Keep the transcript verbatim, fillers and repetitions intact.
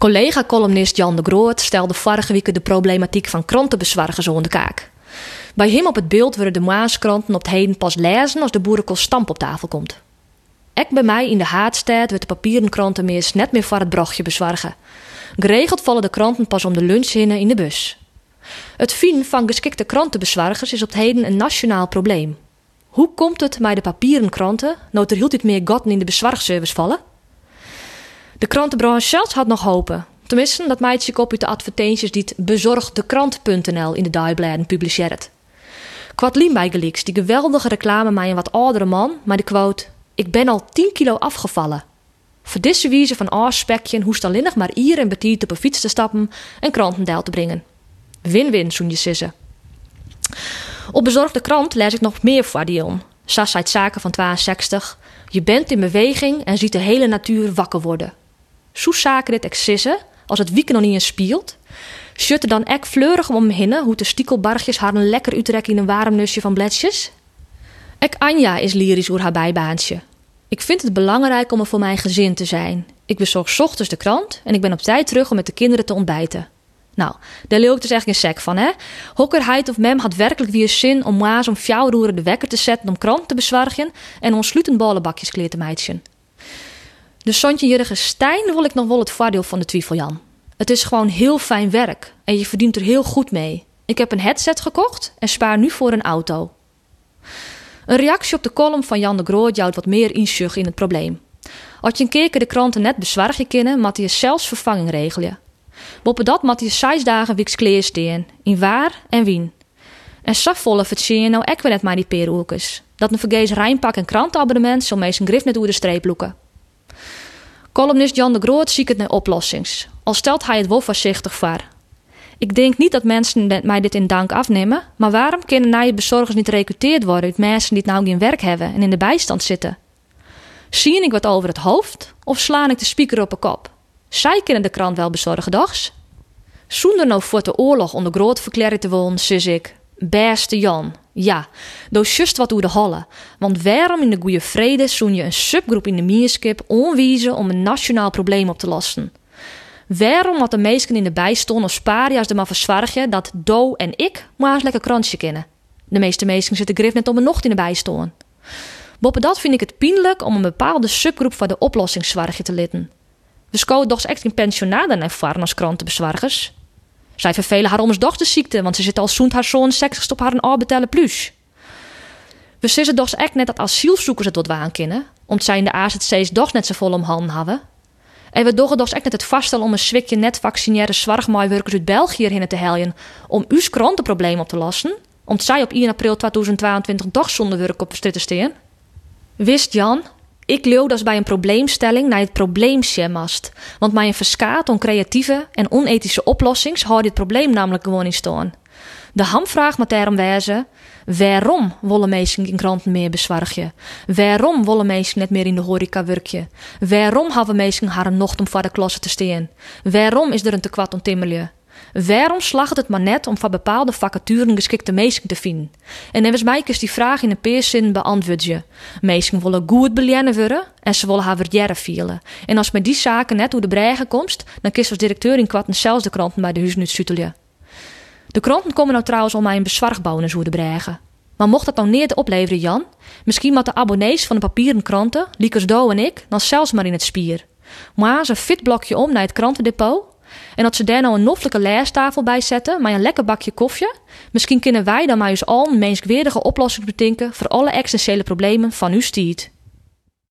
Collega-columnist Jan de Groot stelde vorige week de problematiek van krantenbezwargers onder de kaak. Bij hem op het beeld worden de Maaskranten op het heden pas lezen als de boerenkool stamp op tafel komt. Ek bij mij in de Haatstad wordt de papieren krantenmeers net meer voor het brochtje bezwargen. Geregeld vallen de kranten pas om de lunch heen in de bus. Het fien van geschikte krantenbezwargers is op het heden een nationaal probleem. Hoe komt het bij de papieren kranten, nou er hield dit meer gotten in de bezwargservice vallen? De krantenbranche zelfs had nog hopen. Tenminste, dat meid zich op uit de advertenties die het bezorgdekrant punt n l in de dagbleden publiceert. Kwadlien bij Geliks, die geweldige reclame met een wat oudere man, maar de quote: "Ik ben al tien kilo afgevallen." Voor deze wijze van afspekje hoest alleen nog maar hier en betiert op een fiets te stappen en krantendeel te brengen. Win-win, zoen je sissen. Op bezorgde krant lees ik nog meer voor die om. Sas uit zaken van tweeënzestig. Je bent in beweging en ziet de hele natuur wakker worden. Zo zaken dit exissen, als het weekend nog niet eens speelt. Schutte dan ek fleurig om me heen hoe de stiekelbargjes haar een lekker uitrekken in een warm nusje van bledjes. Ek Anja is lyrisch oer haar bijbaantje. Ik vind het belangrijk om er voor mijn gezin te zijn. Ik bezorg 's ochtends de krant en ik ben op tijd terug om met de kinderen te ontbijten. Nou, daar leeuw ik dus echt geen sek van, hè? Hokkerheid of mem had werkelijk weer zin om maas om fjouwroeren de wekker te zetten om krant te bezwargen en ontsluitend ballenbakjes kleer te meidjen. Dus Sontje-Jurige Stijn wil ik nog wel het voordeel van de twijfel, Jan. Het is gewoon heel fijn werk en je verdient er heel goed mee. Ik heb een headset gekocht en spaar nu voor een auto. Een reactie op de column van Jan de Groot jouwt wat meer inzicht in het probleem. Als je een keer de kranten net bezwargen kunnen, moet je zelfs vervanging regelen. Boppen dat moet je zes dagen wieks kleer steen, in waar en wien. En zo volle vertien nou ek weer net maar die peeroekes. Dat een vergees rijnpak en krantenabonnement zal meest een grif net door de streep loeken. Columnist Jan de Groot ziet het naar oplossings. Al stelt hij het wel voorzichtig voor. Ik denk niet dat mensen mij dit in dank afnemen, maar waarom kunnen nieuwe bezorgers niet recruteerd worden uit mensen die nou geen werk hebben en in de bijstand zitten? Zie ik wat over het hoofd of slaan ik de speaker op een kop? Zij kunnen de krant wel bezorgen, dags? Zonder nou voor de oorlog onder Groot verklaren te wonen, zus ik. Beste Jan, ja, doe just wat oer de holle. Want waarom in de goeie vrede zoen je een subgroep in de mierskip onwijzen om een nationaal probleem op te lossen? Waarom had de meesten in de bijston of sparia's er maar verzwargen dat Do en ik maar eens lekker krantje kennen? De meeste meesten zitten grif net om een nacht in de bijston. Boppen dat vind ik het pijnlijk om een bepaalde subgroep van de oplossingszwargje te litten. We scouden toch echt in pensionaden en varen als krantenbezwargers. Zij vervelen haar oms dochtersziekte, want ze zit al zoend haar zoon zestigst op haar een arbetelle plus. We zissen toch echt net dat asielzoekers het wat waan kennen, omdat zij in de A Z C's toch net zo vol om handen hebben. En we doggen toch echt net het vaststellen om een zwikje net vaccineerde zwargmaaiwerkers uit België heen te helpen om uw krantenprobleem op te lossen, omdat zij op één april tweeduizend tweeëntwintig toch zonder werk op de straat te staan. Wist Jan? Ik leeuw dus bij een probleemstelling naar het probleem mast. Want bij een verskaat on creatieve en onethische oplossings houdt dit probleem namelijk gewoon in staan. De hamvraag moet daarom wezen: waarom willen mensen in kranten meer bezwargen? Waarom willen mensen net meer in de horeca werken? Waarom hebben mensen haar een nacht om voor de klasse te staan? Waarom is er een tekwart om timmerje? Waarom slaagt het maar net om voor bepaalde vacaturen geschikte mensen te vinden? En dan mij is die vraag in een paar zinnen beantwoord je. Mensen willen goed belennen worden en ze willen haar waarderen vielen. En als met die zaken net hoe de bregen komt, dan kiest als directeur in kwarten zelfs de kranten bij de huis nu zutelje. De kranten komen nou trouwens om mij een bezwargbouwen hoe de bregen. Maar mocht dat nou niet opleveren, Jan, misschien met de abonnees van de papieren kranten, Liekers Do en ik, dan zelfs maar in het spier. Maar ze fit blokje om naar het krantendepot. En dat ze daar nou een noffelijke leestafel bij zetten, met een lekker bakje koffie, misschien kunnen wij dan maar eens al een menswaardige oplossing bedenken voor alle essentiële problemen van uw stiet.